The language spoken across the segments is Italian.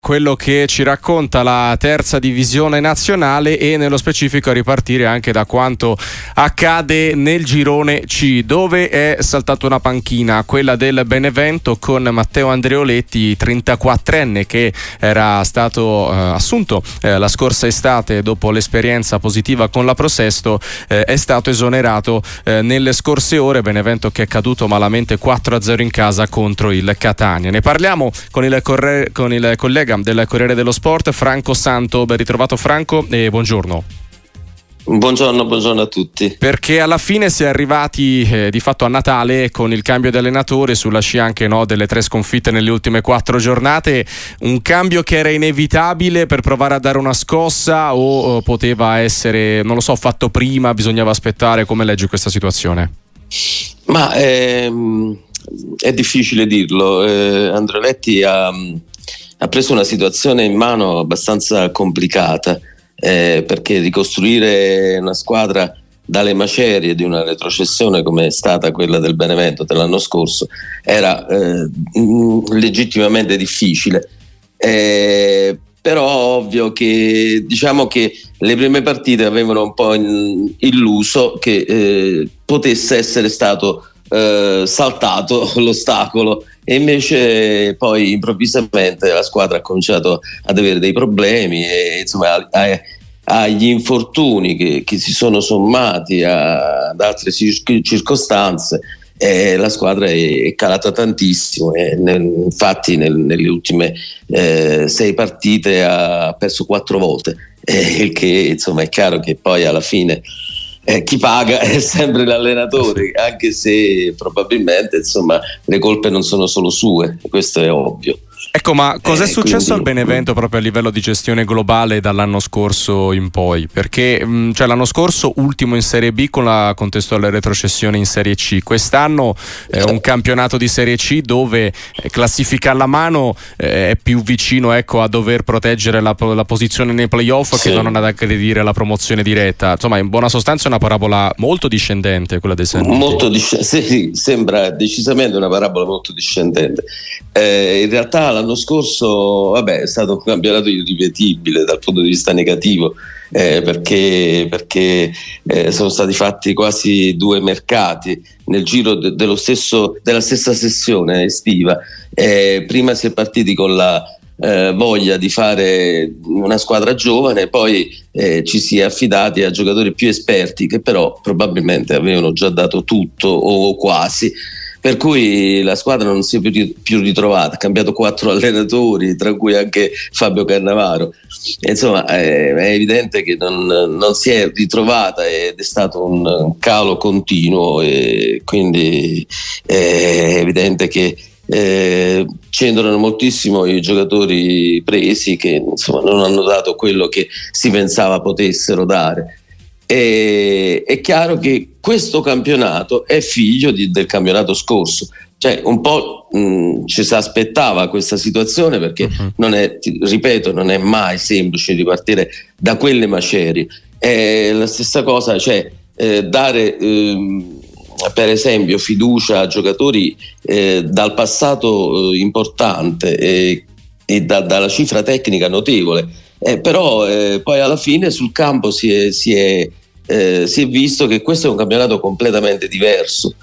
quello che ci racconta la terza divisione nazionale e nello specifico a ripartire anche da quanto accade nel girone C, dove è saltata una panchina, quella del Benevento, con Matteo Andreoletti, 34enne, che era stato assunto la scorsa estate dopo l'esperienza positiva con la Prosesto, è stato esonerato nelle scorse ore. Benevento che è caduto malamente 4-0 in casa contro il Catania. Ne parliamo con il collega del Corriere dello Sport, Franco Santo. Ben ritrovato Franco e buongiorno. Buongiorno a tutti. Perché alla fine si è arrivati di fatto a Natale con il cambio di allenatore, sulla scia anche delle 3 sconfitte nelle ultime 4 giornate, un cambio che era inevitabile per provare a dare una scossa o poteva essere, non lo so, fatto prima, bisognava aspettare? Come leggi questa situazione? Ma è difficile dirlo. Andreoletti ha preso una situazione in mano abbastanza complicata, perché ricostruire una squadra dalle macerie di una retrocessione come è stata quella del Benevento dell'anno scorso era legittimamente difficile, però ovvio che diciamo che le prime partite avevano un po' illuso che potesse essere stato saltato l'ostacolo, e invece poi improvvisamente la squadra ha cominciato ad avere dei problemi e insomma agli infortuni che si sono sommati ad altre circostanze, la squadra è calata tantissimo e infatti nelle ultime 6 partite ha perso 4 volte, il che insomma è chiaro che poi alla fine chi paga è sempre l'allenatore, anche se probabilmente insomma le colpe non sono solo sue, questo è ovvio. Ecco, ma cos'è successo al Benevento proprio a livello di gestione globale dall'anno scorso in poi? Perché l'anno scorso ultimo in Serie B con la contestuale retrocessione in Serie C, quest'anno un campionato di Serie C dove classifica alla mano è più vicino a dover proteggere la posizione nei playoff che non ad aggredire la promozione diretta. Insomma, in buona sostanza è una parabola molto discendente quella dei Sanniti. Sì, sembra decisamente una parabola molto discendente. In realtà l'anno scorso è stato un campionato irripetibile dal punto di vista negativo, perché sono stati fatti quasi 2 mercati nel giro della stessa sessione estiva. Prima si è partiti con la voglia di fare una squadra giovane, poi ci si è affidati a giocatori più esperti che però probabilmente avevano già dato tutto o quasi, per cui la squadra non si è più ritrovata, ha cambiato 4 allenatori, tra cui anche Fabio Cannavaro. Insomma, è evidente che non si è ritrovata ed è stato un calo continuo, e quindi è evidente che c'entrano moltissimo i giocatori presi che insomma non hanno dato quello che si pensava potessero dare. È chiaro che questo campionato è figlio del campionato scorso, cioè un po' ci si aspettava questa situazione, perché non è mai semplice ripartire da quelle macerie. È la stessa cosa, dare per esempio fiducia a giocatori dal passato importante e dalla cifra tecnica notevole, però poi alla fine sul campo si è visto che questo è un campionato completamente diverso.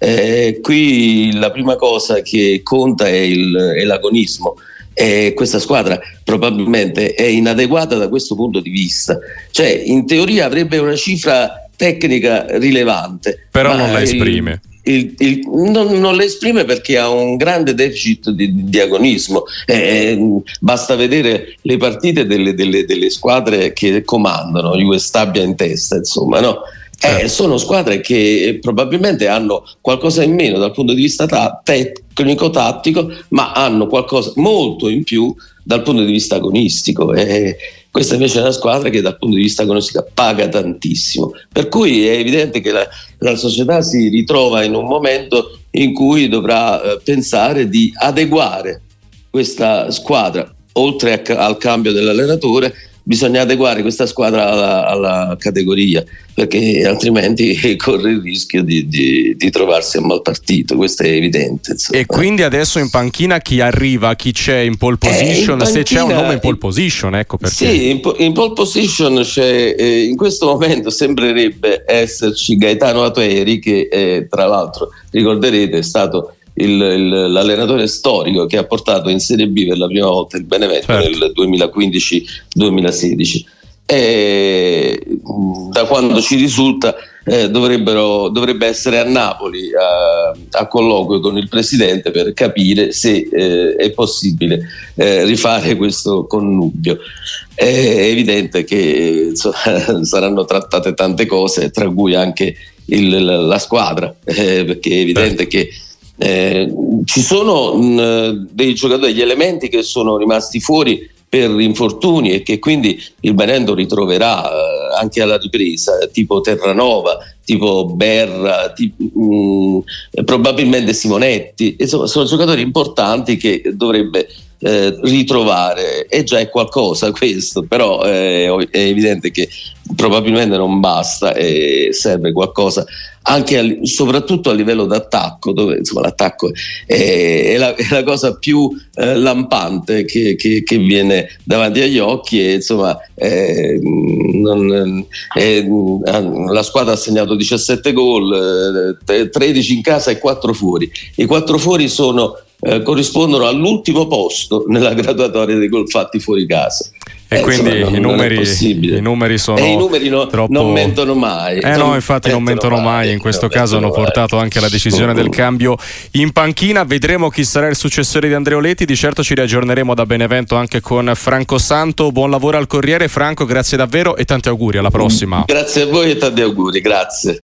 Qui la prima cosa che conta è l'agonismo. Questa squadra probabilmente è inadeguata da questo punto di vista, cioè in teoria avrebbe una cifra tecnica rilevante, però non la esprime. Non la esprime perché ha un grande deficit di agonismo. Basta vedere le partite delle squadre che comandano, Juve Stabia in testa, insomma, no? Sono squadre che probabilmente hanno qualcosa in meno dal punto di vista tecnico-tattico, ma hanno qualcosa molto in più dal punto di vista agonistico. Questa invece è una squadra che dal punto di vista agonistico paga tantissimo, per cui è evidente che la società si ritrova in un momento in cui dovrà pensare di adeguare questa squadra, oltre al cambio dell'allenatore, bisogna adeguare questa squadra alla categoria, perché altrimenti corre il rischio di trovarsi a mal partito, questo è evidente, insomma. E quindi adesso in panchina chi arriva, chi c'è in pole position, se c'è un nome in pole position, ecco perché. Sì, in pole position c'è, in questo momento sembrerebbe esserci Gaetano Atueri, che tra l'altro ricorderete è stato l'allenatore storico che ha portato in Serie B per la prima volta il Benevento, certo, nel 2015-2016. Da quando ci risulta dovrebbe essere a Napoli a colloquio con il presidente per capire se è possibile rifare questo connubio. È evidente che saranno trattate tante cose, tra cui anche la squadra, perché è evidente che ci sono dei giocatori, degli elementi che sono rimasti fuori per infortuni e che quindi il Benevento ritroverà anche alla ripresa, tipo Terranova, tipo Berra, probabilmente Simonetti. Insomma, sono giocatori importanti che dovrebbe ritrovare, e già è qualcosa questo, però è evidente che probabilmente non basta e serve qualcosa anche soprattutto a livello d'attacco, dove insomma l'attacco è la cosa più lampante che viene davanti agli occhi, e insomma la squadra ha segnato 17 gol, 13 in casa e 4 fuori. I 4 fuori corrispondono all'ultimo posto nella graduatoria dei gol fatti fuori casa. E quindi i numeri sono i numeri troppo... non mentono mai. No, infatti non mentono mai. In questo caso hanno portato anche alla decisione del cambio in panchina. Vedremo chi sarà il successore di Andreoletti. Di certo ci riaggiorneremo da Benevento anche con Franco Santo. Buon lavoro al Corriere, Franco, grazie davvero e tanti auguri, alla prossima. Grazie a voi e tanti auguri, grazie.